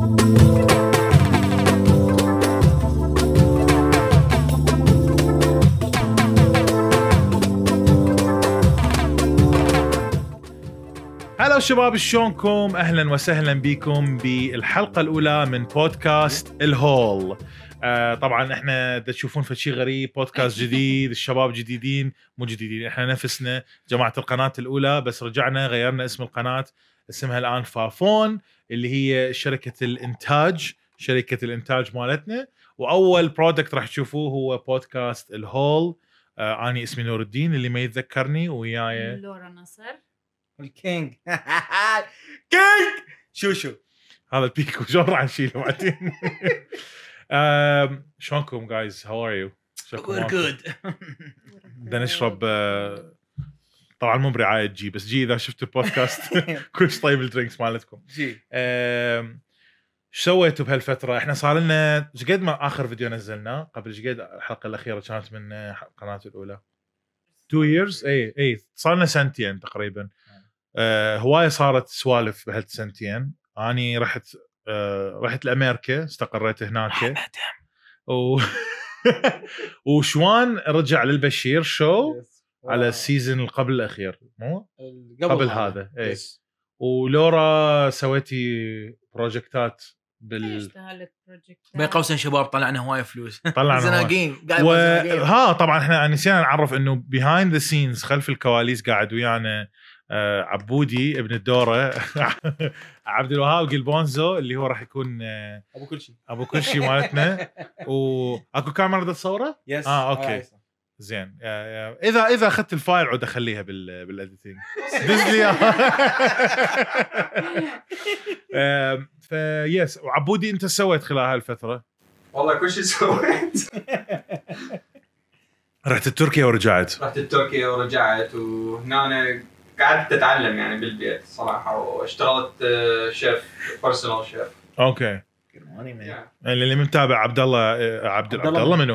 هلا شباب، شلونكم؟ اهلا وسهلا بكم بالحلقه الاولى من بودكاست الهول. طبعا احنا تشوفون في شيء غريب، بودكاست جديد، الشباب جديدين مو جديدين، احنا نفسنا جماعه القناه الاولى، بس رجعنا غيرنا اسم القناه، اسمها الان فافون، اللي هي شركه الانتاج مالتنا. واول برودكت راح تشوفوه هو بودكاست الهول. اني اسمي نور الدين، اللي ما يتذكرني وياي لورا نصر الكينج. كينج شو هذا البيكو. شلون راح نشيله بعدين؟ شلونكم جايز؟ هاو ار يو؟ we're good. بدنا نشرب. طبعا مو برعايه جي، بس جي اذا شفت البودكاست كلش طيب الدرينكس مالتكم. جي شو سويتوا بهالفتره؟ احنا صار لنا قد ما اخر فيديو نزلناه قبل قد الحلقه الاخيره كانت من القناه الاولى 2 years. اي صار لنا سنتين تقريبا. هوايه صارت سوالف بهالسنتين. اني رحت لامريكا، استقريت هناك وشوان رجع للبشير شو على السيزون اللي قبل الاخير، مو قبل هذا. اي ولورا سويتي بروجكتات اشتغلت بروجكتات بين قوسين شباب، طلعنا هوايه فلوس. طلعنا زناقين ها طبعا احنا نسينا نعرف انه بيهايند ذا سينز، خلف الكواليس، قاعد ويانا عبودي ابن الدوره عبد الوهاب جلبونزو، اللي هو راح يكون ابو كل شيء مالتنا. واكو كاميرا تصوره؟ يس. اوكي زين. اذا اخذت الفايل عود اخليها بالاديتنج دز لي. فيس. وعبودي انت سويت خلال هالفتره؟ والله كل شيء سويت. رحت تركيا ورجعت وهنا أنا قعدت أتعلم يعني بالبيت صراحة، واشتغلت شيف، بيرسونال شيف. اوكي. اللي متابع عبد الله منو؟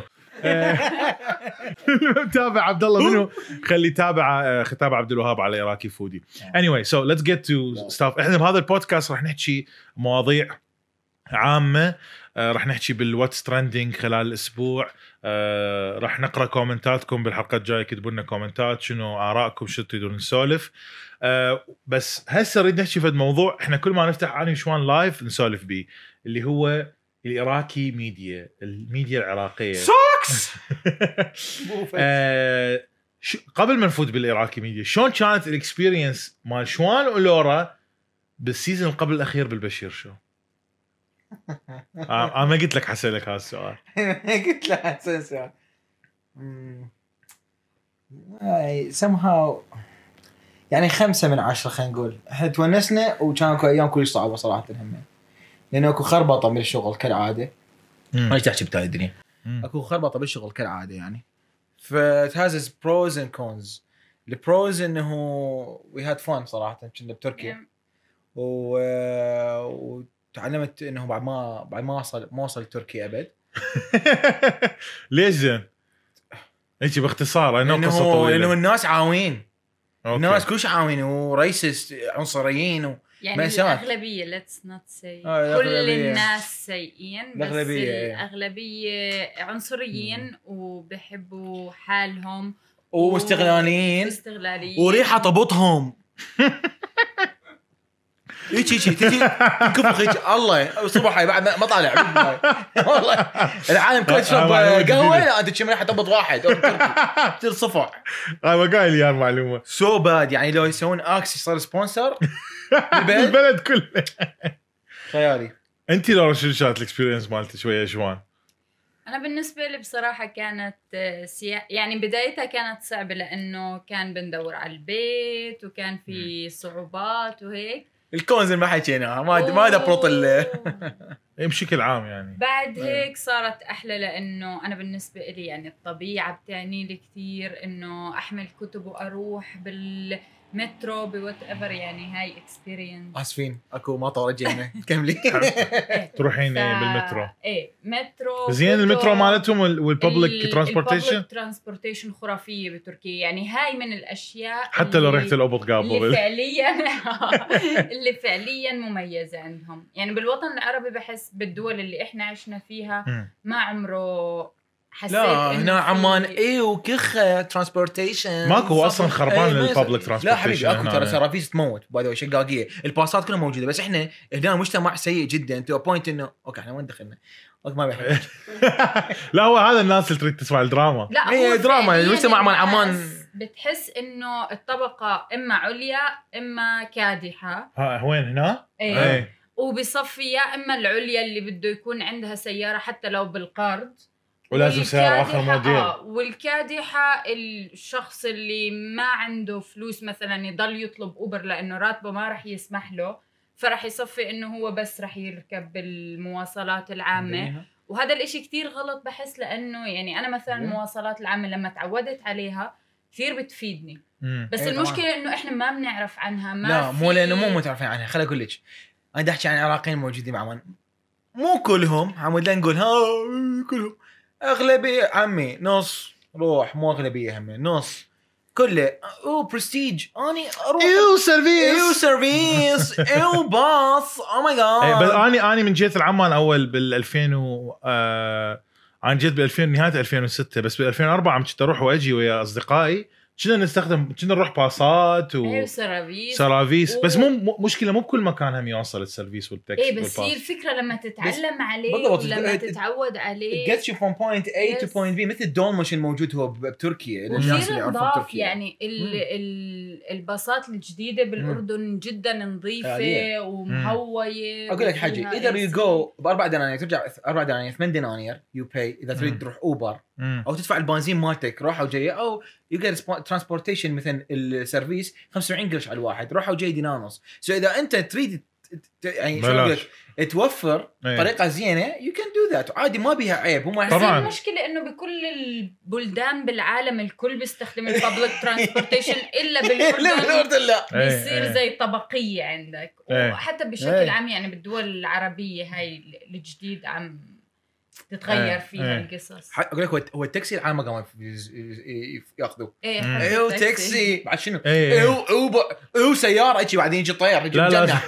متابع عبد الله منو؟ خلي تابع عبد الوهاب على إراكي فودي. anyway so let's get to stuff. احنا بهذا البودكاست راح نحكي مواضيع عامة، راح نحكي بالواتس ترندينج خلال الأسبوع. راح نقرأ كومنتاتكم بالحلقة الجاية، كتبوا لنا كومنتات شنو آراءكم، شو تريدون نسولف. بس هسه نريد نحكي في الموضوع احنا كل ما نفتح اني شوان لايف نسولف بيه، اللي هو العراقي ميديا، الميديا العراقية سوكس. قبل ما نفوت بالعراقي ميديا، شلون كانت الاكسبيرينس مال شوان ولورا بالسيزون قبل الأخير بالبشير شو؟ أنا ما قلت لك حسألك هذا السؤال. قلت له حسن سؤال. somehow يعني 5 من 10 خلينا نقول. احنا تونسنا وكان اكو ايام كلش صعبه صراحه هم، لانه اكو خربطه بالشغل كالعاده. ما تحكي بتاع الدنيا، اكو خربطه بالشغل كالعاده يعني. فهذا بروز اند كونز. البروز انه وي هاد فان صراحه كنا بتركيا وتعلمت انه بعد ما وصل تركيا ابد. ليش زين؟ هيك باختصار انا قصه طويله. لانه الناس عاوين، الناس كلش عاوين وريسست عنصريين يعني الأغلبية let's not say كل الناس سيئين، بس الأغلبية عنصريين وبيحبوا حالهم واستغلاليين وريحة طبطهم. هيك تجي تنكفخ هيك الله الصبح بعد ما طالع والله العالم كله يشرب قهوه، لا انت تشم ريحه طبط واحد تصير صفع. انا قايل يا معلومه سو باد يعني لو يسوون اكس يصير سبونسر البلد كله. خيالي. انت لو شو كانت الاكسبيرينس مالتي شويه شوان؟ انا بالنسبه لي بصراحه كانت يعني بدايتها كانت صعبه، لانه كان بندور على البيت وكان في صعوبات وهيك. الكونز ما حكيناها، ما دبرط بشكل عام يعني. بعد هيك صارت احلى، لانه انا بالنسبه لي يعني الطبيعه بتعني لي كثير، انه احمل كتب واروح مترو بوات ايفر، يعني هاي اكسبيرينس. اسفين اكو مطار رجعنا كملي. تروحين بالمترو. ايه مترو زين. المترو مالتهم والببليك ترانسبورتيشن. الببليك ترانسبورتيشن خرافيه بتركيا، يعني هاي من الاشياء حتى لو رحت القبط اللي قابل فعليا اللي فعليا مميزه عندهم. يعني بالوطن العربي بحس بالدول اللي احنا عشنا فيها ما عمره حسيت لا إنه هنا في- عمان ايه وكخه ترانسبورتيشن ماكو اصلا خربان إيه، الببليك لا حبيبي ترانسبورتيشن. اكو ترى سرافيس تموت باي ذا شقاقيه، الباصات كلها موجوده، بس احنا هنا مجتمع سيء جدا تو بوينت انه اوكي احنا وين دخلنا؟ اوكي ما بيحب. لا هو هذا الناس اللي تريد تسمع الدراما. لا هي هو دراما، فعلياً المجتمع مال الناس عمان. بتحس انه الطبقه اما عليا اما كادحه. ها وين هنا؟ ايه وبصفي يا اما العليا اللي بده يكون عندها سياره حتى لو بالقرض، ولازم سياره اخر موديل. والكادحه الشخص اللي ما عنده فلوس مثلا يضل يطلب اوبر لانه راتبه ما راح يسمح له، فراح يصفي انه هو بس راح يركب بالمواصلات العامه. وهذا الاشي كتير غلط بحس، لانه يعني انا مثلا المواصلات العامه لما تعودت عليها كثير بتفيدني، بس إيه المشكله انه احنا ما بنعرف عنها. ما لا في... مو لانه مو متعرفين عنها. خليني اقول لك، انا بدي احكي عن العراقيين الموجودين بعمان، مو كلهم عمود، لا نقول ها كلهم، اغلبيه عمي نص روح، مو اغلبيه هم نص كله او برستيج. اني اروح ايو سيرفيس ايو سيرفيس ايو باص او ماي بس جاد. اني من جيت العمان اول بال 2000 انا جيت ب 2000 نهايه 2006، بس ب 2004 عم كنت اروح واجي ويا اصدقائي، كنا نروح باصات وسرافيس. بس مو مشكله، مو بكل مكان هم يوصل السيرفيس والتاكسي. ايه بس هي الفكره لما تتعلم عليه بالضبط. ولما تتعود عليه gets you from point A to point B، مثل الدولمش الموجود هو بتركيا للناس اللي وكثير يعرفون نظاف. تركيا. يعني الباصات الجديده بالاردن جدا نظيفه ومهويه. اقول لك حاجه، اذا you go ب4 دنانير ترجع 4 دنانير 8 دنانير يو باي اذا تريد تروح اوبر او تدفع البنزين مالتك روحه وجايه، او يو جيت ترانسبورتيشن مثلا السيرفيس 75 قرش على الواحد روحه وجاي دينار ونص. سو اذا انت تريد يعني شو اقول لك توفر طريقه زينه يو كان دو ذات عادي، ما بيها عيب. هم طبعا المشكله انه بكل البلدان بالعالم الكل بيستخدم الببليك ترانسبورتيشن الا بالاردن لا بيصير زي طبقيه عندك. وحتى بشكل عام يعني بالدول العربيه هاي الجديد عم تتغير فيها القصص. اقول لك هو التاكسي العالم قاموا ياخذوا ايه تاكسي بعد شنو اوبر سياره يجي بعدين يجي طير يجي الجنه.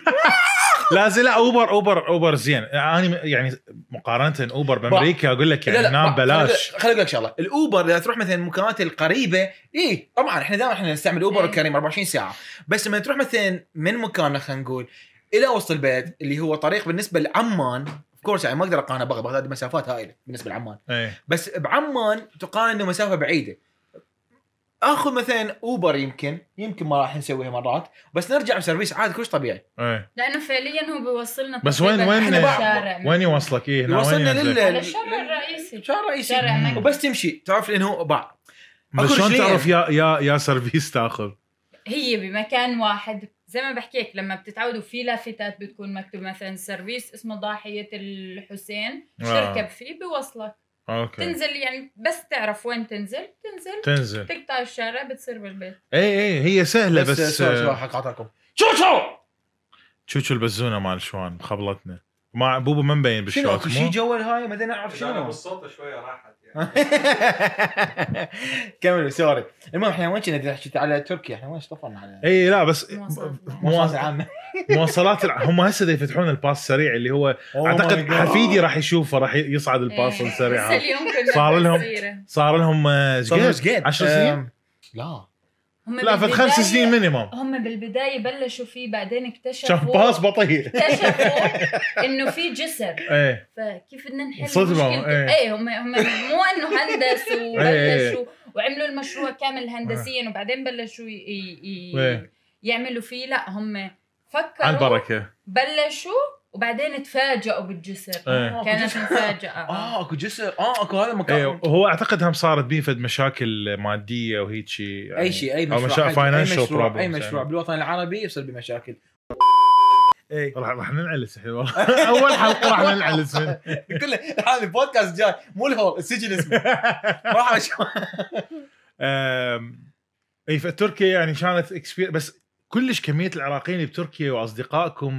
لا اوبر زين. انا يعني مقارنه اوبر بامريكا اقول لك يعني نام بلاش. خليني اقول لك شغله، الاوبر اذا تروح مثلا المكانات القريبه طبعا احنا دائما نستعمل اوبر الكريم 24 ساعه، بس لما تروح مثلا من مكاننا خلينا نقول الى وسط البلد اللي هو طريق بالنسبه لعمان كورس، يعني ما اقدر اقارن بغداد مسافات هائله بالنسبه لعمان بس بعمان تقارن انه مسافه بعيده. اخذ مثلا اوبر يمكن ما راح نسويها مرات، بس نرجع بسيرفيس عادي كلش طبيعي لانه فعليا هو بيوصلنا. بس وين يوصلك؟ يوصلنا للشارع الرئيسي وبس تمشي تعرف لانه باع. بس شلون تعرف يا سيرفيس تاخذ؟ هي بمكان واحد زي ما بحكي لك، لما بتتعودوا في لافتات بتكون مكتوب مثلا سيرفيس اسمه ضاحيه الحسين تركب فيه بيوصلك. اوكي. تنزل يعني بس تعرف وين تنزل تقطع الشارع بتصير بالبيت. اي هي سهله بس حقاطعكم شو البزونه مال شوان خبلتنا مع بوبو ما مبين بالشوت. شنو شي جوال هاي ما نعرف شنو بالصوت شويه راحت كملوا سوري. المهم احنا وين كنا نحكي على تركيا، احنا وين طفرنا على لا بس مواصلات عامه مواصلات هم هسه يفتحون الباص السريع اللي هو اعتقد حفيدي راح يشوفه، راح يصعد الباص السريع. صار لهم 10 سنين لا فد 5 سنين مينيموم. هم بالبدايه بلشوا فيه بعدين اكتشفوا باص بطيء اكتشفوا انه في جسر. فكيف بدنا نحل مشكلته؟ هم مو انه هندسوا وبلشوا وعملوا المشروع كامل هندسيا وبعدين بلشوا يعملوا فيه. لا هم فكروا على البركه بلشوا وبعدين تفاجئوا بالجسر. كانت مفاجأة. اكو جسر اكو هذا مكان. هو اعتقد هم صارت بيه فد مشاكل ماديه وهيك شيء يعني اي شيء اي مشروع اي مشروع بالوطن العربي يصير بمشاكل. راح ننعلس الحين والله. اول حلقه راح ننعلس من كله. هذا البودكاست جاي مو الهول السجن اسمه راح اي فتركيا يعني كانت بس كلش كميه العراقيين اللي بتركيا واصدقائكم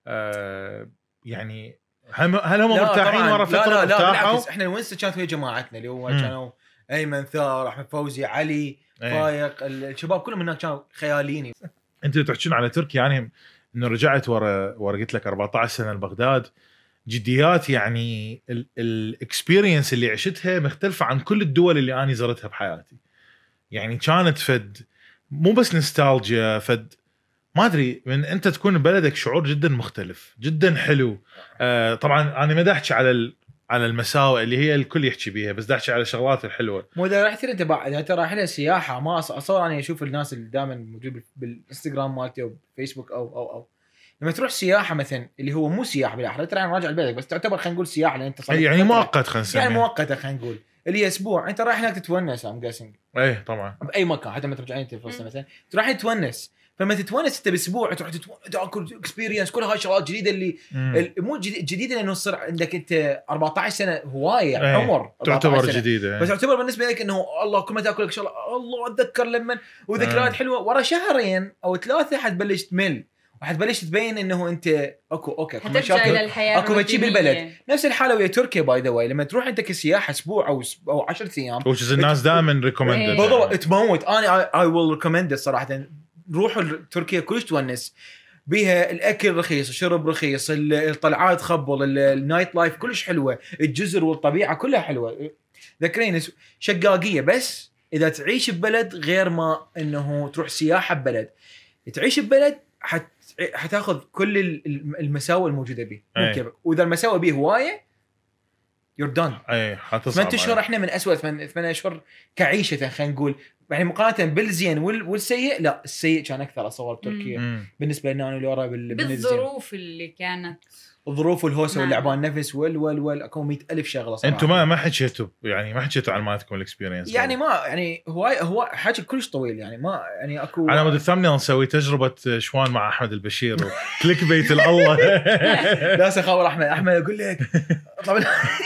يعني هل هم مرتاحين ورا فتره؟ لا بالعكس، احنا الونسة كانت ويا جماعتنا اللي هو كانوا ايمن ثار، احمد فوزي، علي فايق، الشباب كلهم هناك كانوا خياليين. انتوا تحكون على تركيا يعني انه رجعت ورا قلت لك 14 سنه لبغداد، جديات يعني الاكسبيرينس اللي عشتها مختلفه عن كل الدول اللي انا زرتها بحياتي. يعني كانت فد مو بس نوستالجيا، فد ما ادري، من انت تكون ببلدك شعور جدا مختلف جدا حلو. طبعا انا ما احكي على المساوئ اللي هي الكل يحكي بيها، بس احكي على الشغلات الحلوه. مو اذا رحت انت بعد، اذا انت رايح لها سياحه، ما اصور انا اشوف الناس اللي دائما موجود بالانستغرام مالتي او فيسبوك او لما تروح سياحه مثلا اللي هو مو سياحه بالاحرى، ترى راجع لبلدك بس تعتبر خلينا نقول سياحه، لان انت صار يعني مؤقت، خلينا نسميها يعني مؤقته، خلينا نقول اللي هي اسبوع، انت رايح هناك تتونس. ام جاسنج ايه طبعا باي مكان، حتى ما ترجعين انت فلسطين مثلا تروح تتونس، فما تتونس انت باسبوع تروح تاكل اكسبيرينس كل هاي الشغلات جديده اللي مو جديده لانه صار عندك انت 14 سنه هوايه عمر تعتبر جديده، بس تعتبر بالنسبه لك انه الله كل ما تاكل لك شغله الله اتذكر لما وذكريات حلوه. ورا شهرين او 3 حتبلش تمل وحتبلش تبين انه انت اوكي حترجع الى الحياه اكو بتجي بالبلد. نفس الحاله ويا تركيا باي ذا واي، لما تروح انت كسياحه اسبوع او 10 ايام وش الناس دائما ريكومندد بالضبط تموت. انا اي ويل ريكومند صراحه. روحوا تركيا كلش تونس بيها، الاكل رخيص، الشرب رخيص، الطلعات خبل، النايت لايف كلش حلوه، الجزر والطبيعه كلها حلوه. ذكرين شقاقيه، بس اذا تعيش ببلد غير ما انه تروح سياحه ببلد، تعيش ببلد حتاخذ كل المساوئ الموجوده به ممكن. واذا المساوئ به هوايه يور دون. اي حتصعب 8 اشهر احنا من اسوء 8 اشهر كعيشه، خلينا نقول يعني مقارنه بالزين والسيء. لا السيء كان اكثر اصور بتركيا بالنسبه لنا انا اللي ورا بالظروف اللي كانت، الظروف والهوسه واللعبان نفس اكو 100,000 شغله صراحه. انتم ما حكيتوا يعني ما حكيتوا عن مالتكم الاكسبيرينس يعني ما يعني هو حاجه كلش طويل يعني ما يعني اكو على مود الثامنه نسوي تجربه شوان مع احمد البشير وكليك بيت الله. لا سخاور احمد اقول لك طبعا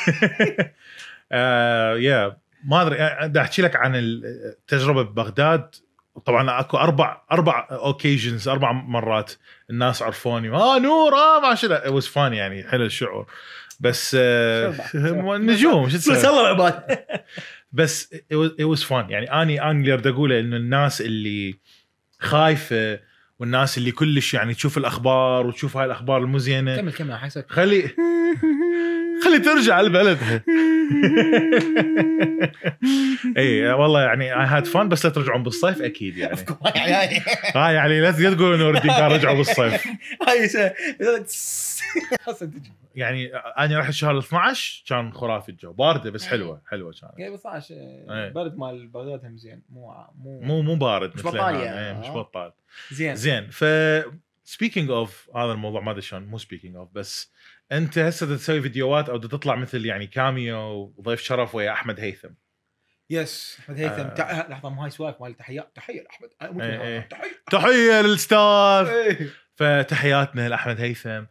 يا ما ادري بدي احكي لك عن التجربه ببغداد. طبعا اكو اربع اوكيجنز، 4 مرات الناس عرفوني نور ما شنو it was fun يعني حلو الشعور. بس نجوم شو تسوي عباد. بس it was fun يعني اني اللي اريد اقوله انه الناس اللي خايفه والناس اللي كلش يعني تشوف الاخبار وتشوف هاي الاخبار المزينه كمل حسك خلي ترجع لبلدها. اي والله يعني I had fun، بس لا ترجعون بالصيف اكيد يعني. يعني لا تقولوا انه ردي كان رجعوا بالصيف. يعني انا رحت شهر 12 كان خرافي الجو، بارده بس حلوه كانت. يعني 12 برد مال بغداد هم زين، مو بارد مش بطال يعني. مش بطال زين. ف speaking of هذا الموضوع ما ادري شلون، مو speaking of بس انت هسه تسوي فيديوهات او تطلع مثل يعني كاميو وضيف شرف ويا احمد هيثم. يس احمد هيثم. لحظه مو هاي سوالف مال تحيه لاحمد. تحيه للاستاذ. فتحياتنا لاحمد هيثم.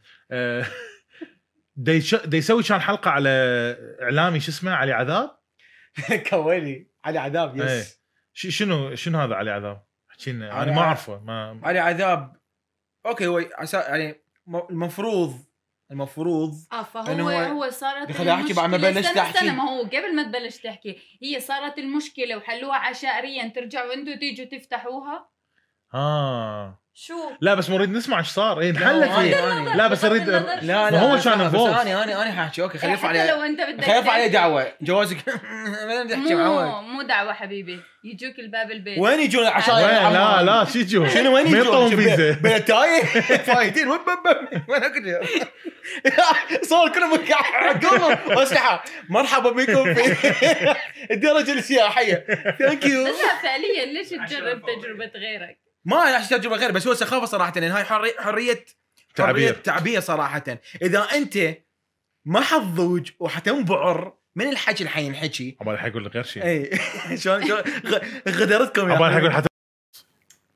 دي يسوي كان حلقه على اعلامي شو اسمه علي عذاب. كويلي علي عذاب. يس شنو هذا علي عذاب؟ احكي لنا انا ما اعرفه. علي عذاب اوكي هو يعني المفروض فهو صارت المشكلة. ما هو قبل ما تبلش تحكي هي صارت المشكلة وحلوها عشائريا، ترجعوا انتوا تيجوا تفتحوها. شو لا بس نريد نسمع ايش صار. ايه نحلك لا بس اريد لا هو كان بس انا حاحكي اوكي. خلينا نرفع عليه لو انت بدك خلينا عليه دعوه جوازك. مو دعوه حبيبي، يجوك الباب البيت. وين يجون عشان لا شو يجون؟ شنو وين يجون؟ فيزا بلتاي فايتين وين اكل صور كلهم قلبوا اسلحه. مرحبا بكم في الدرجه السياحيه. ثانك يو. لا فعليا ليش تجرب تجربه غيرك؟ ما راح تجربه غير، بس هو سخافه صراحه لان هاي حريه تعبير صراحه. اذا انت ما حتضوج وحتنبعر من الحكي اللي حينحكي ابغى اقول لك غير شيء. اي شلون غدرتكم يا ابغى اقول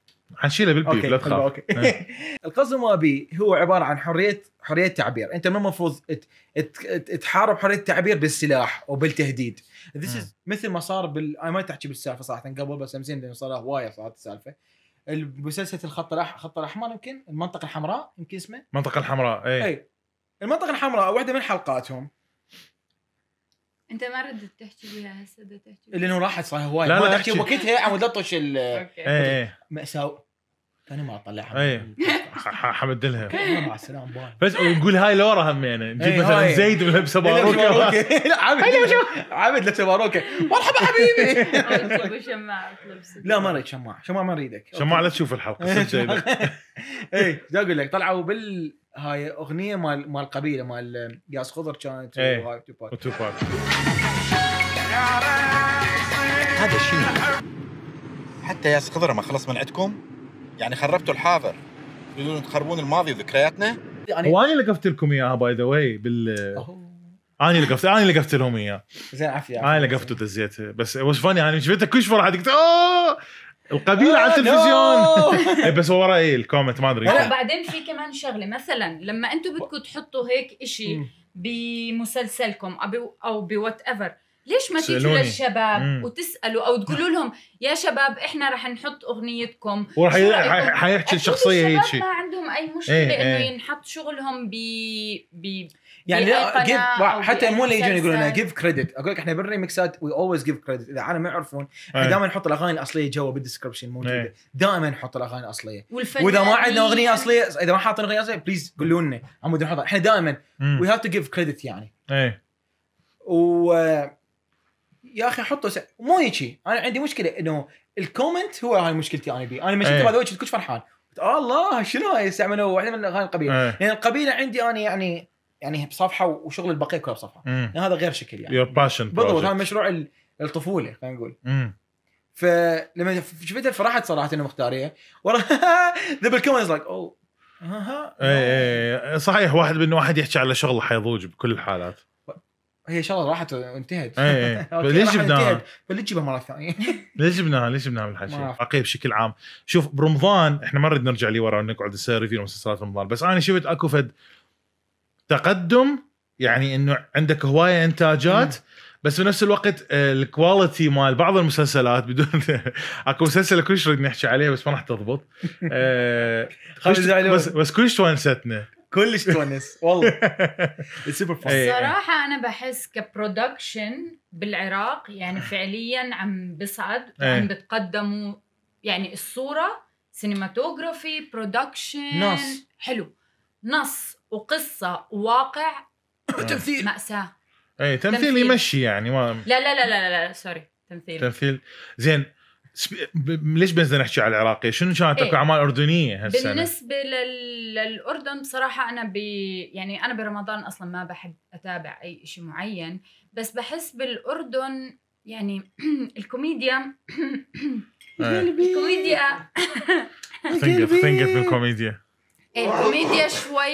حنشيله بالبيب لا تخاف. اوكي القصد ما بي هو عباره عن حريه تعبير. انت ما المفروض تحارب حريه التعبير بالسلاح وبالتهديد. This is مثل ما صار انا ما تحكي بالسالفه صراحه قبل، بس زين لانه صار هوايه صارت السالفه. المسلسل الخط الاحمر يمكن المنطقه الحمراء يمكن اسمه المنطقه الحمراء. اي المنطقه الحمراء واحده من حلقاتهم انت ما ردت تحكي بيها هسه بدك تحكي لانه راحت صار هوايه لا، ما لا، تحكي احكي. وقتها عم لطش اوكي مأساة. ثاني ما اطلعها اي حمد لها مع السلامه باي. بس ونقول هاي لورا همينه نجيب إيه، مثلا هاي. زيد ولبسه باروكه. لا عابد لبسه باروكه مرحبا حبيبي. اطلب شماعه اطلب لا ما اريد شماعه ما اريدك شماعة لا تشوف الحلقه صدق. اي بدي اقول لك طلعوا هاي اغنيه مال قبيله مال قاس خضر كانت إيه. وهاي توباك. وتوباك. هذا شنو؟ حتى ياس خضر ما خلص من عندكم؟ يعني خربتوا الحاضر تريدون تخربون الماضي وذكرياتنا؟ يعني وانا اللي لقفت لكم اياها باي ذا واي انا اللي لقفت لهم اياه. زين عافيه انا اللي لقفته دزيته بس وش فاني انا شفتها كل فرحه قلت القبيله على التلفزيون. بس ورا الكومنت ما ادري. لا بعدين في كمان شغله مثلا لما انتم بدكم تحطوا هيك إشي بمسلسلكم او بوات ايفر، ليش ما تيجوا سألوني. للشباب وتسالوا او تقولوا لهم يا شباب احنا رح نحط اغنيتكم وراح شو رأيكم؟ حيحكي الشخصيه الشباب هيك. ما عندهم اي مشكله إيه. انه ينحط شغلهم يعني بأي لا قناة أو حتى بأي مو اللي يجون يقولون مسلسل. جيف كريدت. اقول لك احنا بالريمكسات وي اولويز جيف كريدت. اذا انا ما يعرفون احنا دائما نحط الاغاني الاصليه جوا بالدسكربشن موجوده. إيه. دائما نحط الاغاني الاصليه. والفنانين واذا ما عندنا اغنيه اصليه اذا ما حاطين اغنيه اصليه بليز قولوا لنا عمود نحطها. احنا دائما وي هاف تو جيف كريدت يعني. ايه و يا اخي حطوا مو هيك. انا عندي مشكله انه الكومنت هو هاي مشكلتي انا بي. انا مشكلتي إيه. هذا وجهي كنت فرحان الله شنو هاي يستعملوا واحده من اغاني القبيله. إيه. يعني القبيله عندي انا يعني بصفحه وشغل البقيه كله بصفحه. يعني هذا غير شكل يعني. يور باشن بالضبط هذا مشروع الطفوله خلينا نقول. فلما شفتها فرحت صراحه انه مختاريه ورا ذا بالكومنتس لايك اوه ايه صحيح. واحد يحكي على شغله حيضوج بكل الحالات. هي شغله راحت وانتهت. ايه أوكي، ليش راحت جبناها؟ انتهت، فليش تجيبها مره ثانيه؟ ليش جبناها بالحكي؟ ما أعرف. عقيب بشكل عام. شوف برمضان احنا ما نريد نرجع لي ورا ونقعد نسوي ريفيو مسلسلات رمضان، بس انا شفت اكو فد تقدم يعني انه عندك هوايه انتاجات بس بنفس الوقت الكواليتي مال بعض المسلسلات بدون اكو مسلسل كلش نريد نحكي عليه بس ما راح تضبط. بس كلش تونستنا كلش تونس والله. السوبر فان. إيه. صراحة أنا بحس كبرودكشن بالعراق يعني فعليا عم بصعد وعم بتقدموا يعني الصورة سينماتوغرافي برودكشن نص. حلو، نص وقصة وواقع وتمثيل. مأساة. اي تمثيل تمثيل. يمشي يعني ما لا لا لا لا لا سوري تمثيل زين. ليش بدنا نحكي على العراقية؟ شنو كانت اكو اعمال اردنيه هالسنه؟ بالنسبه للاردن بصراحه انا يعني انا برمضان اصلا ما بحب اتابع اي شيء معين، بس بحس بالاردن يعني الكوميديا الكوميديا ثنقت بالكوميديا. الكوميديا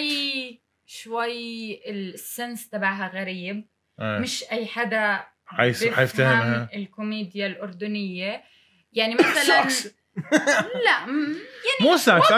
شوي السنس تبعها غريب. مش اي حدا حيفتهمها الكوميديا الاردنيه يعني مثلا لا مو ساكس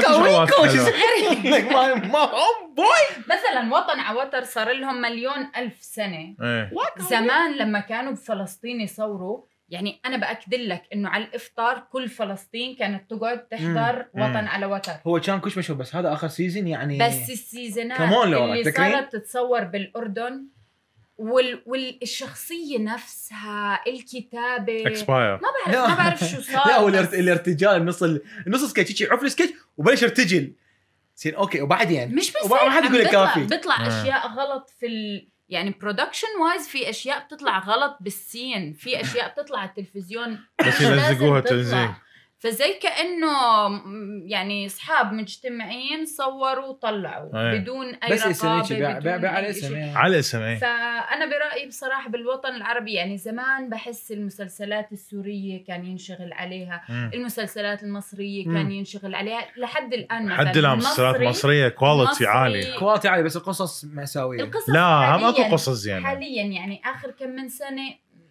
مثلا وطن على وتر صار لهم 1,000,000 سنه. زمان لما كانوا بفلسطين يصوروا يعني انا باكد لك انه على الافطار كل فلسطين كانت تقعد تحضر وطن على وتر. هو كان كلش مشهور بس هذا اخر سيزون يعني بس السيزونات اللي صارت تتصور بالاردن والشخصيه نفسها الكتابه اكسباير ما بعرف شو صار. لا هو الارتجال النص سكتش يعرف السكتش وبلش يرتجل زين اوكي وبعدين مش بس ما حد يقول لك كافي بيطلع اشياء غلط في يعني برودكشن وايز في اشياء بتطلع غلط بالسين، في اشياء بتطلع على التلفزيون بس يلزقوها تلزيق. فزي كأنه يعني اصحاب مجتمعين صوروا وطلعوا بدون اي رقابه بدون على اسم على اسم. فانا برايي بصراحه بالوطن العربي يعني زمان بحس المسلسلات السوريه كان ينشغل عليها المسلسلات المصريه كان ينشغل عليها لحد الان. لحد الان المسلسلات المصريه كواليتي عالي بس القصص مأساويه. لا هم اكو قصص زينه حاليا يعني اخر كم من سنه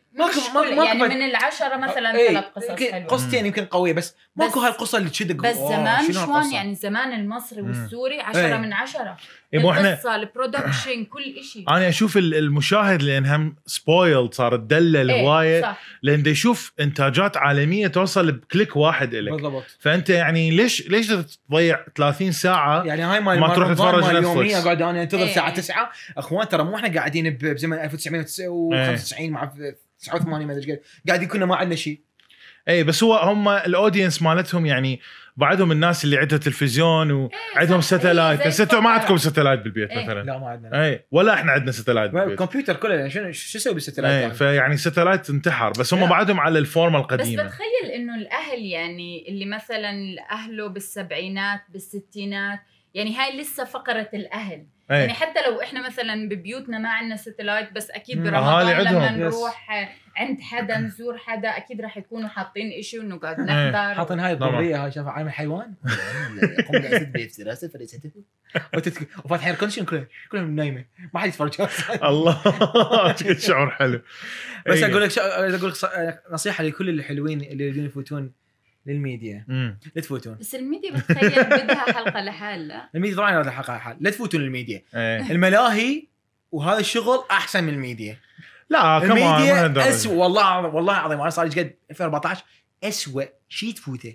يعني من ال10 مثلا 3 قصص حلوه، قصتين يمكن قويه، بس ماكو هالقصه اللي تشدك. بس زمان شلون يعني زمان المصري والسوري 10 من 10. القصه البرودكشن كل شيء. انا اشوف المشاهد لانهم سبويلد صار تدلل هوايه، لان يشوف انتاجات عالميه توصل بكليك واحد لك بالضبط. فانت يعني ليش تضيع 30 ساعه يعني هاي ما تروح تتفرج يوميا اقعد انا انتظر الساعه 9 اخوان ترى مو احنا قاعدين بزمن 1995 مع 89 ما ادري قاعدين كنا ما عندنا شيء. اي بس هم الاودينس مالتهم يعني بعدهم الناس اللي عندها تلفزيون وعندهم ساتلايت. انتوا ما عندكم ساتلايت بالبيت مثلا؟ لا ما عندنا. اي ولا احنا عندنا ساتلايت بالبيت. الكمبيوتر كله شو يسوي بالساتلايت يعني؟ فيعني ساتلايت انتحر، بس هم بعدهم على الفورمه القديمه. بس بتخيل انه الاهل يعني اللي مثلا اهله بالسبعينات بالستينات، يعني هاي لسه فقره الاهل. يعني حتى لو احنا مثلا ببيوتنا ما عندنا ساتلايت، بس اكيد برمضان لما نروح عند حدا نزور حدا اكيد راح يكونوا حاطين إشي ونقعد نحضر. حاطين هاي الضروريه هاي شافها عالم الحيوان قوم قاعد بيفسر راسه فريسته وفاتحين الكونشن كلهم نايمه ما حد يتفرج. الله شعور حلو. بس اقول لك نصيحه لكل الحلوين اللي يريدون يفوتون للميديا، لا تفوتون. بس الميديا بتخيل بدها حلقه لحال. لا الميديا طبعا بدها حلقه لحال، لا تفوتون للميديا. الملاهي وهذا الشغل احسن من الميديا. لا الميديا اسوء والله العظيم. انا صار لي قد 2014 اسوء شيء تفوته.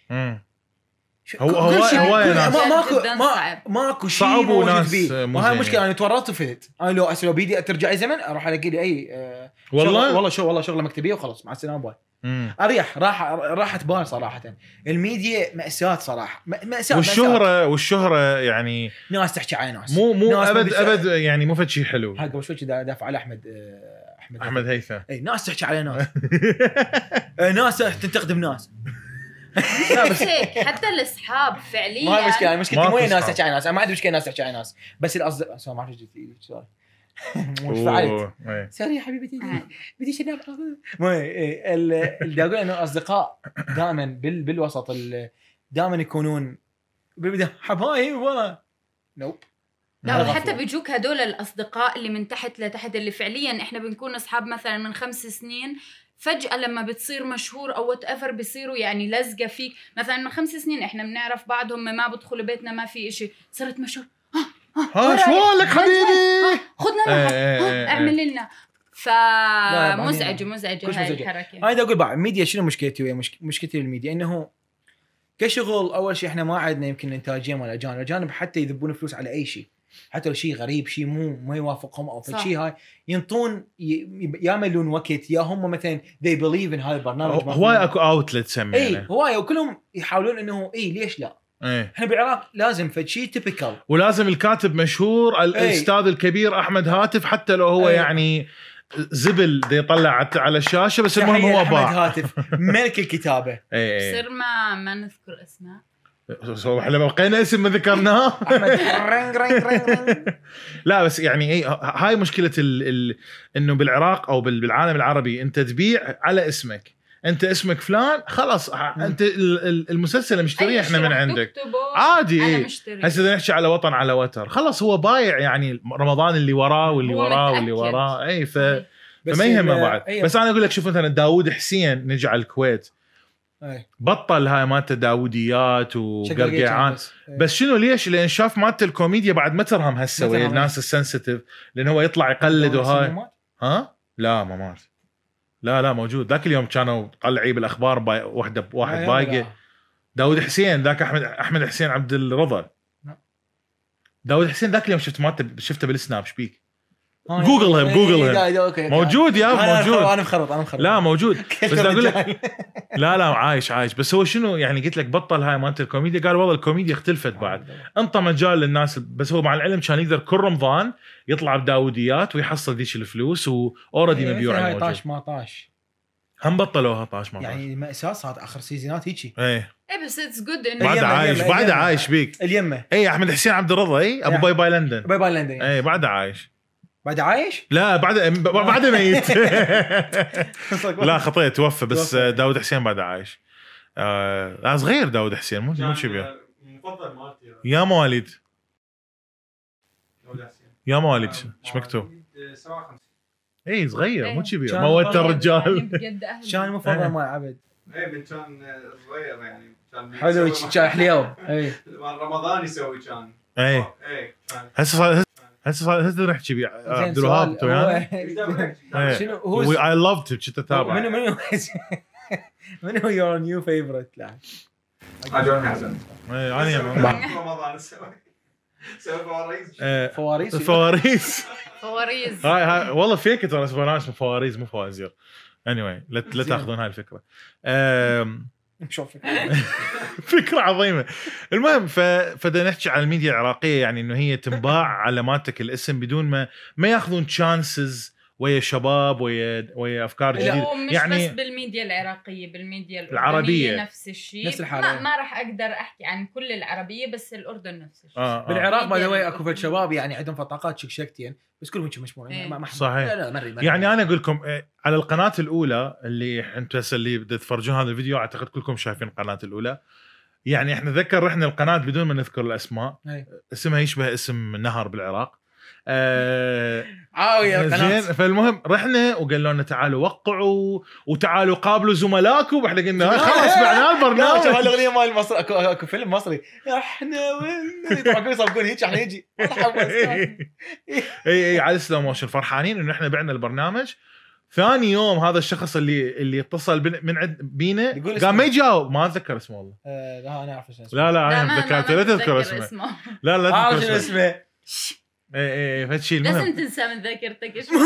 ماكو شيء موجود بيه، وهاي المشكله. انا تورطت وفلت. انا لو بيدي ترجع اي زمن اروح الاقي لي اي والله شغله مكتبيه وخلص مع السلامه باي. اريح راحه بال صراحه. الميديا مأساة صراحه، مأساة. والشهره يعني ناس تحكي على ناس مو ابد يعني مو فد شيء حلو. قبل شوي دافع على احمد هيثم. اي ناس تحكي على ناس ناس تنتقد ناس. لا بس هيك حتى الاصحاب فعليا ما هي مشكله وين ناس تحكي على ناس. انا ما عندي مشكله ناس تحكي على ناس، بس الاصدقاء ما اعرف سوري مش فعلت سوري يا حبيبتي بدي شنب. اللي اقول انه الاصدقاء دائما بالوسط دائما يكونون بالبدايه حبايب والله نوب. لا وحتى بيجوك هدول الاصدقاء اللي من تحت لتحت، اللي فعليا احنا بنكون اصحاب مثلا من 5 سنين، فجأة لما بتصير مشهور او وات ايفر بيصيروا يعني لزقه فيك. مثلا من 5 سنين احنا بنعرف بعض، هم ما بدخلوا بيتنا ما في إشي، صرت مشهور شو لك حبيبي خذنا اعمل لنا. فمزعجه هاي الحركه. هاي اقول بعد الميديا شنو مشكلتي ويا مشكلتي بالميديا انه كشغل اول شيء احنا ما عندنا يمكن انتاجيه مال الاجانب حتى يذبون فلوس على اي شيء، حتى لو شيء غريب شيء ما يوافقهم او شيء هاي ينطون يعملون وقت يا هم مثلا they believe in هذا البرنامج. هواي اكو اوتلت سمي اي هواي وكلهم يحاولون انه ليش لا. احنا بالعراق لازم فد شيء تيبيكال، ولازم الكاتب مشهور الاستاذ الكبير احمد هاتف حتى لو هو يعني زبل دي يطلع على الشاشه، بس المهم هو باع. احمد هاتف ملك الكتابه. صرنا ما نذكر اسماء. احنا بقينا اسم ما ذكرناه. لا بس يعني هاي مشكله انه بالعراق او بالعالم العربي انت تبيع على اسمك، انت اسمك فلان خلاص انت المسلسل مشتريه احنا من عندك عادي. هسه بدنا نحكي على وطن على وتر، خلاص هو بايع يعني رمضان اللي وراه واللي وراه واللي وراه. اي فما يهمه بعد. بس انا اقول لك شوف مثلا داوود حسين نجي على الكويت بطل هاي مالته داوديات وقرقعان، بس شنو ليش؟ لان شاف مالته الكوميديا بعد ما ترهم هسه ويا الناس السنسيتيف، لان هو يطلع يقلد وهاي. لا ما مات، لا موجود. ذاك اليوم كانوا طلعي بالاخبار واحد بايقه. داود حسين ذاك احمد حسين عبد الرضا. داود حسين ذاك اليوم شفته بالسناب شبيك. جوجل موجود يا موجود. انا مخرط لا موجود. بس اقول لك لا عايش بس هو شنو يعني قلت لك بطل هاي مالت الكوميديا. قال والله الكوميديا اختلفت بعد، انطى مجال للناس. بس هو مع العلم كان يقدر كل رمضان يطلع بداوديات ويحصل ذيش الفلوس واوريدي مبيوع موجود. طاش ما طاش هم بطلوها طاش ما طاش يعني مأساة صارت اخر سيزونات هيجي. ايه بس اتس جود انه بعد عايش بيك اليمه. احمد حسين عبد الرضا ابو باي لندن. بعد عايش. بعد عايش؟ لا بعد ميت. لا خطيت توفى. بس داود حسين بعد عايش. لا صغير داود حسين مو شبيه. مفضل مالتي يا مواليد ايش مكتوب؟ 57. اي صغير إيه. مو كبير كان موت يعني الرجال بجد أهل. كان المفضل مال عبد اي من كان صغير يعني كان حلو يسوي شاي حليو اي مال رمضان يسوي كان اي اي كان هسه نحكي بي عبد الوهاب تو يعني شنو هو اي لافد كنت اتابع منو يور نيو فيفورت لاعب؟ جون هازن انا رمضان سوي فواريز فواريس فواريس فواريز. هاي والله فيك ترى اسمه فواريز مو فوازير anyway لا تاخذون هاي الفكره شوف فكره عظيمه. المهم فدا نحكي عن الميديا العراقيه يعني انه هي تنباع على مالتك الاسم بدون ما ياخذون تشانسز ويا شباب ويا افكار جديده مش يعني بس بالميديا العراقيه، بالميديا العربية. نفس الشيء. نفس الحالة. ما راح اقدر احكي عن كل العربيه، بس الاردن نفس الشيء. بالعراق باي ذا واي اكو فد شباب يعني عندهم فطاقات شكشكتين بس كلهم مشمولين ما صحيح. لا مري يعني انا اقول لكم على القناه الاولى اللي انتم هسه اللي بدكم تتفرجون هذا الفيديو اعتقد كلكم شايفين القناه الاولى. يعني احنا ذكر رحنا القناه بدون ما نذكر الاسماء. اسمها يشبه اسم نهر بالعراق. عاويه زين. فالمهم رحنا وقالوا لنا تعالوا وقعوا وتعالوا قابلوا زملائكم واحنا قلنا خلاص بعنا البرنامج. الاغنيه مال مصر اكو فيلم مصري احنا وين طبعا يسابقون هيك احنا يجي اي على سلو موشن فرحانين انه احنا بعنا البرنامج. ثاني يوم هذا الشخص اللي اتصل من عند بينا قام ما يجاوب ما اتذكر اسمه والله. لا انا اعرف اسمه. لا انا ذكرته لا تذكر اسمه. لا تذكر اسمه. ايه فشي المهم لازم تنسى من ذاكرتك ايش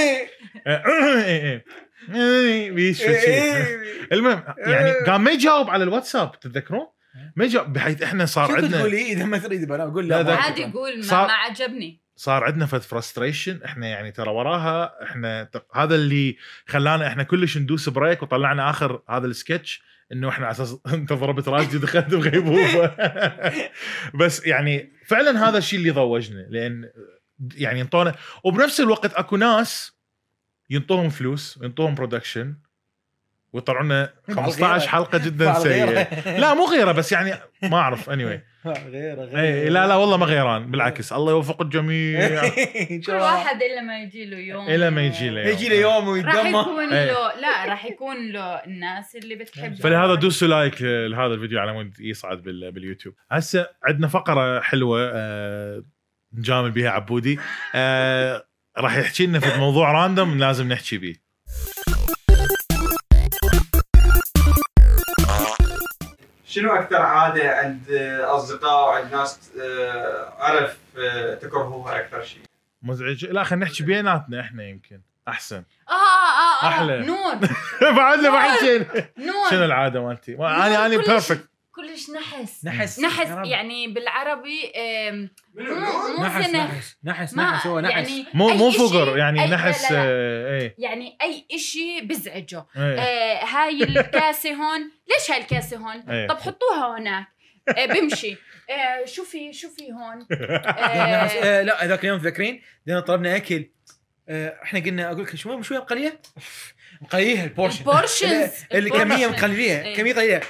بيش المهم يعني قام ما يجاوب على الواتساب تتذكرون ما يجاوب بحيث احنا صار عندنا تقول لي اذا ما تريد انا اقول لا عادي قول ما عجبني. صار عندنا فرستريشن احنا يعني ترى وراها احنا هذا اللي خلانا احنا كلش ندوس بريك وطلعنا اخر هذا السكتش انه احنا على اساس انت ضربت راسي دخلت بغيبوبه. بس يعني فعلا هذا الشيء اللي ضوجنا لان يعني ينطونا وبنفس الوقت اكو ناس ينطوهم فلوس وينطوهم برودكشن ويطلعونا 15 حلقه جدا سيئه. لا مو غيره بس يعني ما اعرف anyway غيره لا والله ما غيران بالعكس الله يوفق الجميع. كل واحد الا ما يجي له يوم يجي له يوم راح ويتدمر. يكون له لا راح يكون له الناس اللي بتحبه. فلهذا دوسوا لايك لهذا الفيديو على مود يصعد باليوتيوب. هسه عندنا فقره حلوه نجامل بها عبودي راح يحكي لنا في موضوع راندوم لازم نحكي بيه. شنو اكثر عاده عند اصدقاء وعند ناس عرف تكرهوها اكثر شيء؟ مزعج. لا خلينا نحكي بيناتنا احنا يمكن احسن. احلى نور. بعدنا ما حكينا. نور شنو العاده مالتي؟ انا بيرفكت. كلش نحس يعني بالعربي مو نحس هو نحس يعني مو فقر يعني نحس يعني اي اشي بزعجه. هاي الكاسه هون ليش هاي الكاسه هون؟ طب حطوها هناك بمشي. شوفي هون. لا ذاك اليوم تذكرين دينا طلبنا اكل احنا قلنا اقول لك شويه مقليه مقليه البورشنز الكميه مقليه كميه قليله.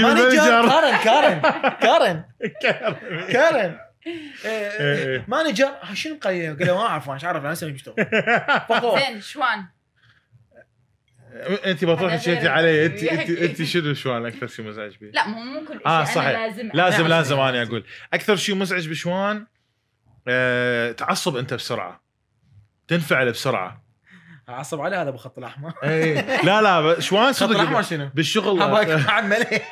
كارن مانجر شنو مقليه؟ قال له ما اعرف ايش عارف انا اسوي مشتغل. زين شوان انت بتروحي تشتي علي انت شنو شوان اكثر شيء مزعج بيه؟ لا مو كل شيء صحيح. لازم انا اقول اكثر شيء مزعج بشوان تعصب انت بسرعه تنفعل بسرعه. عصب عليه هذا ابو خط الاحمر. لا شوان خط الاحمر شنو بالشغل عمله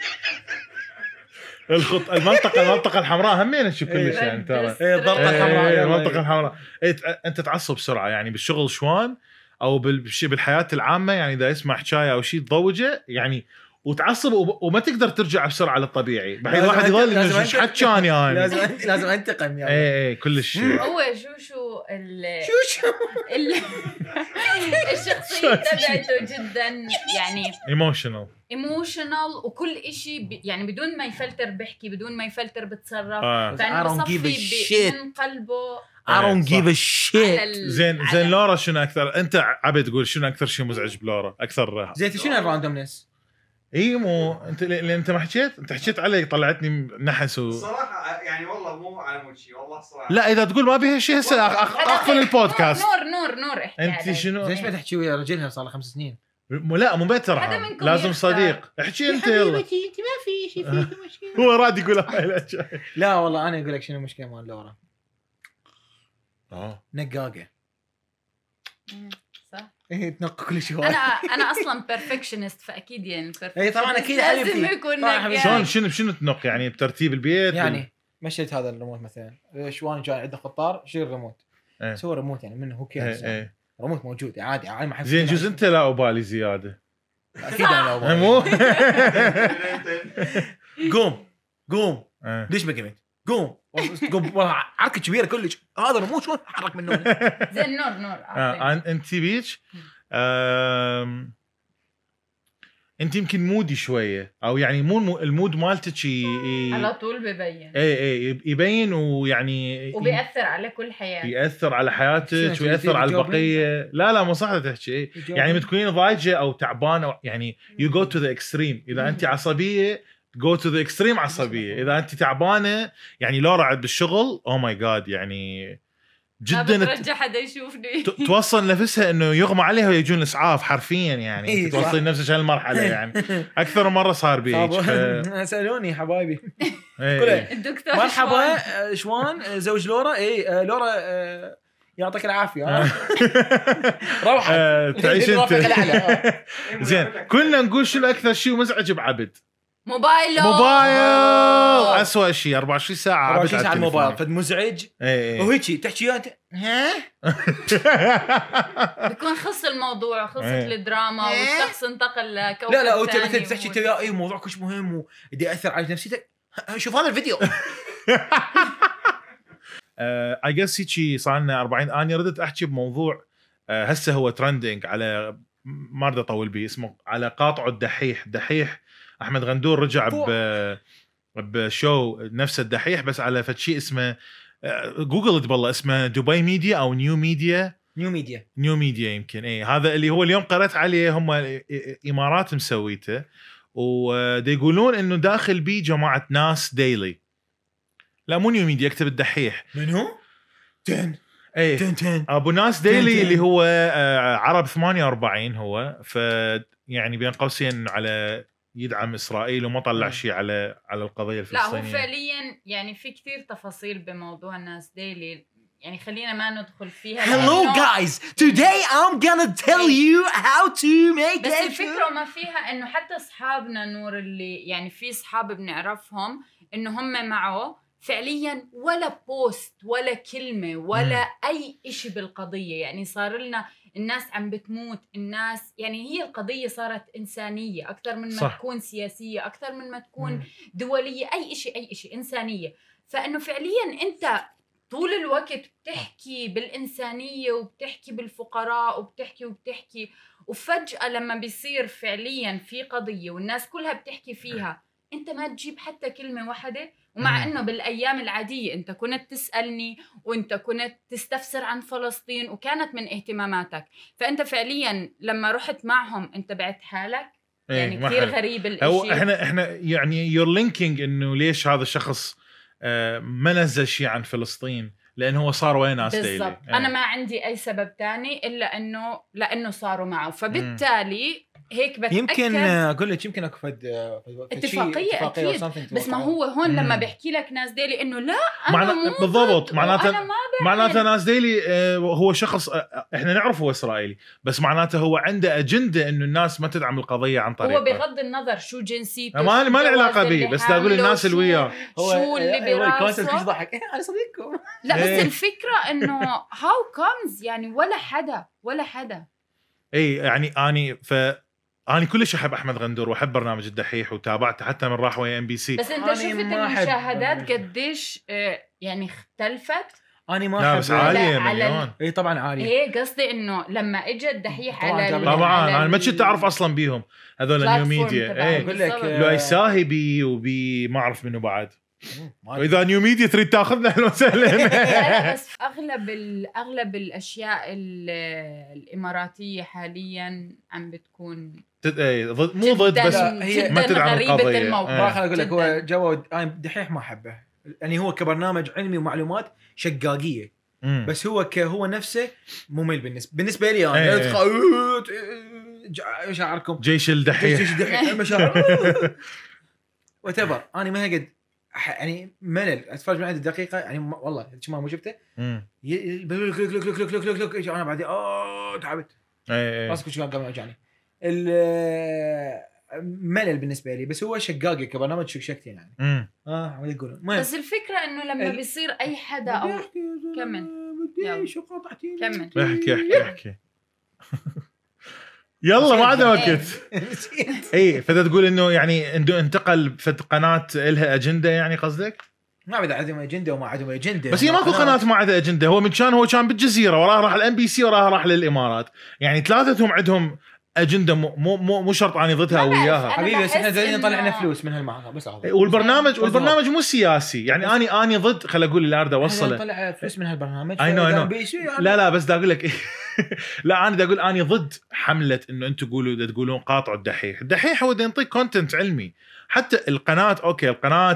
المنطقه الحمراء همين نشوف كل شيء يعني ترى الضغطه الحمراء المنطقه الحمراء انت تعصب بسرعه يعني بالشغل شوان او بالحياه العامه يعني اذا يسمع حكايه او شيء تضوجه يعني وتعصب وما تقدر ترجع بسرعه للطبيعي بحيث واحد يظل ايش حد كان يعني لازم انتقم يعني اي كلش هو شو الشخصيه تبعته جدا يعني ايموشنال وكل إشي يعني بدون ما يفلتر بحكي بدون ما يفلتر بتصرف فانه بصفي من قلبه I don't give a shit. زين لورا شنو اكثر انت عبد تقول شنو اكثر شيء مزعج بلورا اكثر زين شنو الراندومنس اي مو انت لان انت ما حكيت، انت حكيت علي طلعتني نحس الصراحه يعني والله مو على مود شيء والله صراحه. لا اذا تقول ما بيها شيء هسه اقفل البودكاست. نور احكي انت علي. شنو؟ ليش ما تحكي ويا رجلها صار له 5 سنين؟ لا مو بتر حدا عام. منكم لازم يختار. صديق. احكي انت يلا. انت ما في شيء فيك مشكله. هو راد يقول هاي الاشياء. لا والله انا اقول لك شنو المشكله مال لورا، نقاقه. صح. ايه تنق كل شيء. انا اصلا بيرفكشنست فاكيد يعني اي طبعا اكيد لازم حبيبتي. يكون طبعاً نقاق. حبيبتي. شنو تنق يعني بترتيب البيت يعني مشيت هذا الريموت مثلا، شوان جاي عنده خطار شيل الريموت، إيه. سوى ريموت يعني منه هو كيس. ايه. ريموت موجود عادي عادي ما حد. زين جزء انت لا ابالي زياده. اكيد انا لا مو قوم إيه. ليش ما قمت؟ قوم والله عركه كبيره كلش. هذا ريموت شلون حرك من نومي؟ زين نور انت بيك انت يمكن مودي شويه او يعني مو المود مالتك على طول ببين اي يبين ويعني وبيأثر على كل حياتي. ياثر على حياتك شنو ويأثر على تجاوبني؟ البقيه. لا مو صح تحكي يعني بتكونين ضايجه او تعبانه يعني you go to the extreme. اذا انت عصبيه go to the extreme عصبيه. اذا انت تعبانه يعني لو رعد بالشغل او ماي جاد يعني جدا ترجع حدا يشوفني. توصل نفسها انه يغمى عليها ويجون الاسعاف حرفيا يعني. إيه توصل نفسك هالمرحله يعني اكثر مره صار بيك. سالوني حبايبي إيه. الدكتور مرحبا شوان زوج لورا. اي لورا يعطيك العافيه. روحت تعيش انت. الأعلى. زين كلنا نقول شنو اكثر شيء مزعج بعبد؟ موبايل اسوء شيء 24 ساعه عبد 24 ساعه الموبايل فد مزعج. ايه وهيجي تحكي انت ها بيكون خص الموضوع خصت إيه. الدراما والشخص انتقل لكوكب لا وانت ثاني مثلا تحكي انت يا اي موضوع كلش مهم ودي ياثر على نفسيتك. شوف هذا الفيديو. اي جس هيك صار لنا 40. انا ردت احكي بموضوع هسه هو ترندنج على ما اريد اطول به اسمه على قاطعه الدحيح احمد غندور رجع بشو نفس الدحيح بس على فد شيء اسمه جوجل بالله اسمه دبي ميديا او نيو ميديا يمكن. اي هذا اللي هو اليوم قرأت عليه هم امارات مسويته ودي يقولون انه داخل بيه جماعه ناس ديلي. لا مو نيو ميديا اكتب الدحيح. من هو؟ تن ابو ناس ديلي اللي هو عرب 48 هو يعني بين قوسين على يدعم اسرائيل وما طلع شيء على القضيه الفلسطينيه. لا هو فعليا يعني في كثير تفاصيل بموضوع الناس ديلي يعني خلينا ما ندخل فيها. Hello guys, today I'm gonna tell you how to make بس it. الفكرة ما فيها انه حتى اصحابنا نور اللي يعني في اصحاب بنعرفهم انه هم معه فعليا ولا بوست ولا كلمة ولا اي اشي بالقضية. يعني صار لنا الناس عم بتموت الناس يعني هي القضية صارت انسانية اكثر من ما تكون سياسية اكثر من ما تكون دولية. اي اشي انسانية. فانه فعليا انت طول الوقت بتحكي بالإنسانية وبتحكي بالفقراء وبتحكي وفجأة لما بيصير فعليا في قضية والناس كلها بتحكي فيها انت ما تجيب حتى كلمة واحدة. ومع انه بالايام العادية انت كنت تسألني وانت كنت تستفسر عن فلسطين وكانت من اهتماماتك. فانت فعليا لما رحت معهم انت بعت حالك يعني كثير غريب الاشي. هو احنا يعني يور لينكينج انه ليش هذا الشخص ما نزل شيء عن فلسطين لانه هو صار وين ناس ديلي. بالضبط. انا ما عندي اي سبب تاني الا لانه صاروا معه. فبالتالي هيك بتأكد يمكن اقول لك يمكن اكو فد اتفاقية اكيد. بس ما هو هون لما بحكي لك ناس ديلي انه لا انا مو بالضبط معناته ناس ديلي هو شخص احنا نعرف هو اسرائيلي بس معناته هو عنده اجنده انه الناس ما تدعم القضيه عن طريقه. هو بغض النظر شو جنسيته ما له علاقه به بس اقول الناس اللي وياه شو اللي براسه ضحك انا صديقكم. لا بس الفكره انه هاو كومز يعني ولا حدا اي يعني أنا كلش أحب أحمد غندور وأحب برنامج الدحيح وتابعته حتى من راح ويا MBC. بس أنت شفت المشاهدات قديش يعني اختلفت؟ أنا ما أحب عالية مليون. إيه طبعا عالية. إيه قصدي إنه لما إجا الدحيح على طبعا أنا ما كنت أعرف أصلا بيهم هذول النيو ميديا. إيه أقول لك لو يساهي بي وبي ما أعرف منه بعد. وإذا نيو ميديا تريد تأخذنا أهلا وسهلا. لا بس أغلب الأشياء الإماراتية حاليا عم بتكون ضد مو ضد بس هي ما تدعم القضيه. ما خليني اقول لك هو جو انا دحيح ما احبه يعني هو كبرنامج علمي ومعلومات شقاقيه بس هو نفسه ممل بالنسبه لي انا شعركم جيش الدحيح المشاعر وتبر انا ما قد يعني ملل اتفرج من عند دقيقه يعني والله ما مو شفته لك انا بعدين تعبت راسك شو قام يوجعني الملل بالنسبه لي بس هو شقاقي كبرنامج شكشكتي يعني ما يقولون بس الفكره انه لما بيصير اي حدا او كمل شو قاطعتيني كمل احكي يلا ما عاد وقت. اي فتقول انه يعني انه انتقل في قناه لها اجنده يعني قصدك؟ ما عاد عندهم اجنده وما عندهم اجنده بس هي ماكو قناه ما عندها اجنده. هو هو كان بالجزيره وراه راح الام بي سي وراه راح للامارات يعني ثلاثتهم عندهم اجنده مو شرط اني ضدها او وياها حبيبي بس احنا زين طلعنا فلوس من هالمعركه بس والبرنامج مو سياسي يعني اني ضد خل اقول اللي اريد اوصله طلع فلوس من هالبرنامج لا بس دا اقول لك لا انا دا اقول اني ضد حمله انه انتم تقولون قاطعوا الدحيح هو دا ينطيك كونتنت علمي. حتى القناه اوكي القناه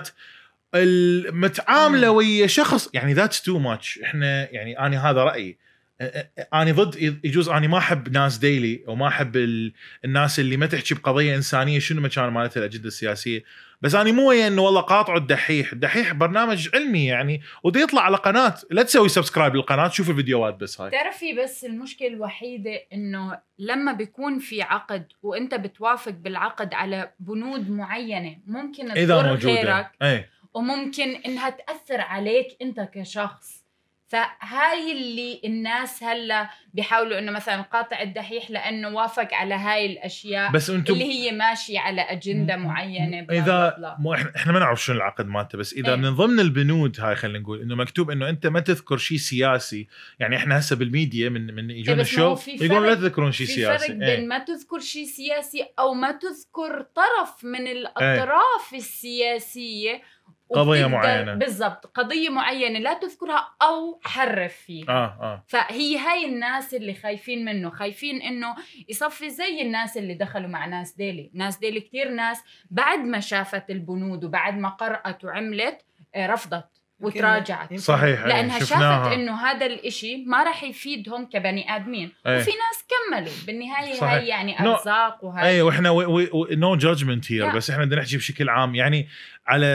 المتعامله ويا شخص يعني ذاتس تو ماتش. احنا يعني انا هذا رايي أنا ضد يجوز أنا ما أحب ناس ديلي أو ما أحب الناس اللي ما تحكي بقضية إنسانية شنو مكان مالتها الأجندة السياسية. بس أنا مو إنه والله قاطعوا الدحيح برنامج علمي يعني ودي يطلع على قناة لا تسوي سبسكرايب للقناة تشوف الفيديوهات بس هاي تعرفي. بس المشكلة الوحيدة إنه لما بيكون في عقد وأنت بتوافق بالعقد على بنود معينة ممكن تضر غيرك وممكن إنها تأثر عليك أنت كشخص. فهاي اللي الناس هلا بيحاولوا انه مثلا قاطع الدحيح لانه وافق على هاي الاشياء بس اللي هي ماشيه على اجنده معينه اذا احنا ما نعرف شنو العقد مالته بس اذا من ضمن البنود هاي خلينا نقول انه مكتوب انه انت ما تذكر شيء سياسي يعني احنا هسه بالميديا من يجون الشو يقولون لا تذكرون شيء سياسي. في فرق بين ما تذكر شيء سياسي او ما تذكر طرف من الاطراف السياسيه قضية معينة بالضبط قضية معينة لا تذكرها أو حرف فيها فهي هاي الناس اللي خايفين منه خايفين إنه يصفي زي الناس اللي دخلوا مع ناس ديلي كتير ناس بعد ما شافت البنود وبعد ما قرأت وعملت رفضت وتراجعت صحيح لأنها شافت إنه هذا الإشي ما راح يفيدهم كبني آدمين وفي ناس كملوا بالنهاية صحيح. هاي يعني أرزاق وهاي أي وإحنا no judgment here بس إحنا بدنا نحكي بشكل عام يعني على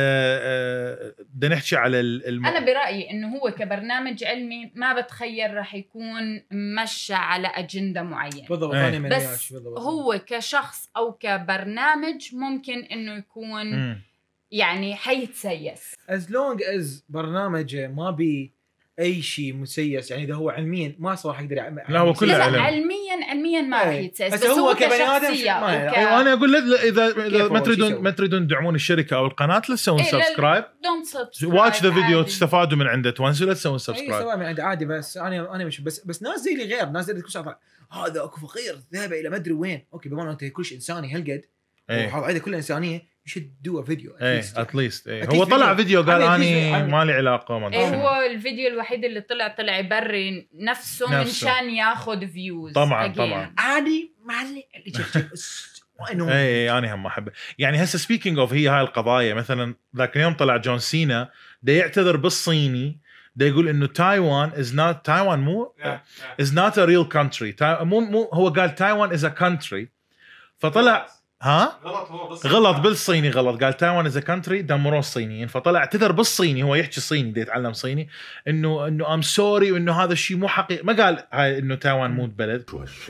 بدنا نحكي على أنا برأيي إنه هو كبرنامج علمي ما بتخيل راح يكون مشى على أجندة معينة بس هو كشخص أو كبرنامج ممكن إنه يكون يعني حيتسيس as long as برنامج ما بي اي شيء مسيس يعني اذا هو علميا ما صار يقدر لا هو كله علم علميا ما راح يتسيس بس هو كبني ادم انا اقول اذا ما تريدون تدعمون الشركه او القناه لا تسوون سبسكرايب واتش ذا فيديو تستفادوا من عنده تونسوا لا تسوون سبسكرايب سواء من عند عادي بس انا مش بس ناس زي اللي غير ناس زي اللي كل شيء هذا اكو فقير ذهب الى ما ادري وين اوكي بما انت كلش انساني هالقد وحاول كل انسانيه يشد دوا فيديو اتليست هو طلع فيديو قال اني ما لي علاقه ما هو الفيديو الوحيد اللي طلع يبرر نفسه منشان ياخذ فيوز طبعا عادي ما لي انا هم احب يعني هسه سبيكينج اوف هي هاي القضايا مثلا ذاك اليوم طلع جون سينا دا يعتذر بالصيني دا يقول انه تايوان مو is not a real country مو هو قال تايوان is a country فطلع غلط بالصيني غلط قال تايوان از كانتري دمروه الصينيين فطلع اعتذر بالصيني هو يحكي صيني دي يتعلم صيني انه ام سوري وانه هذا الشيء مو حقيقي ما قال هاي انه تايوان مو بلد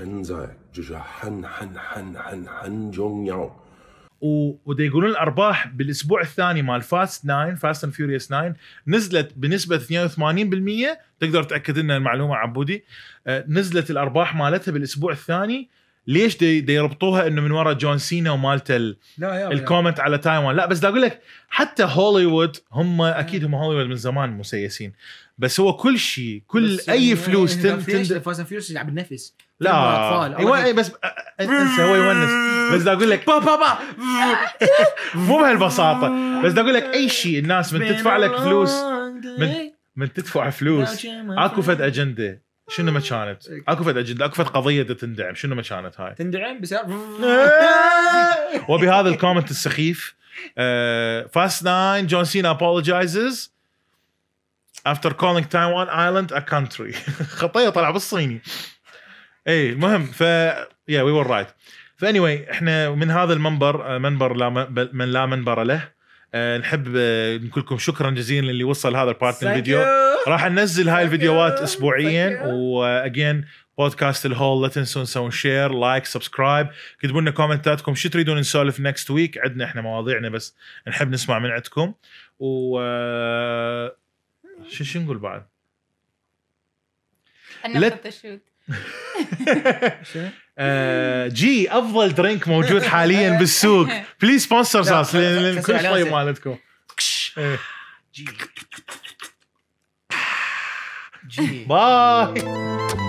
وده يقولون الارباح بالاسبوع الثاني مال فاست اند فيوريوس 9 نزلت بنسبه 82% تقدر تاكد لنا المعلومه عبودي نزلت الارباح مالتها بالاسبوع الثاني ليش دي يربطوها انه من وراء جون سينا ومالته الكومنت على تايوان لا بس دا اقول لك حتى هوليوود هم اكيد هم هوليوود من زمان مسيسين بس هو كل شيء كل اي فلوس فاست فيوريوس يلعب النفس لا بس انسى هو يونس بس دا اقول لك بابا مو بهالبساطه بس دا اقول لك اي شيء الناس من تدفع لك فلوس من تدفع فلوس اكو فد اجنده شنو ما كانت؟ اكو فد اجنده، اكو فد قضيه تندعم، شنو ما كانت هاي؟ تندعم بس وبهذا الكومنت السخيف فاست 9 جون سينا apologizes after calling Taiwan Island a country. خطيه طلع بالصيني. اي المهم yeah we were right. anyway احنا من هذا المنبر منبر من لا منبر له نحب نقول لكم شكرا جزيلا اللي وصل هذا البارت من الفيديو. راح ننزل هاي الفيديوهات اسبوعيا واجين بودكاست الهول. لا تنسون تسوون شير لايك سبسكرايب. كتبوا لنا كومنتاتكم شو تريدون نسولف نكست ويك. عندنا احنا مواضيعنا بس نحب نسمع من عندكم. و شو نقول بعد؟ انا فوتوشوت جي افضل درينك موجود حاليا بالسوق. بليز سبونسرز اس لان كل شوي مالتكم. جي باي.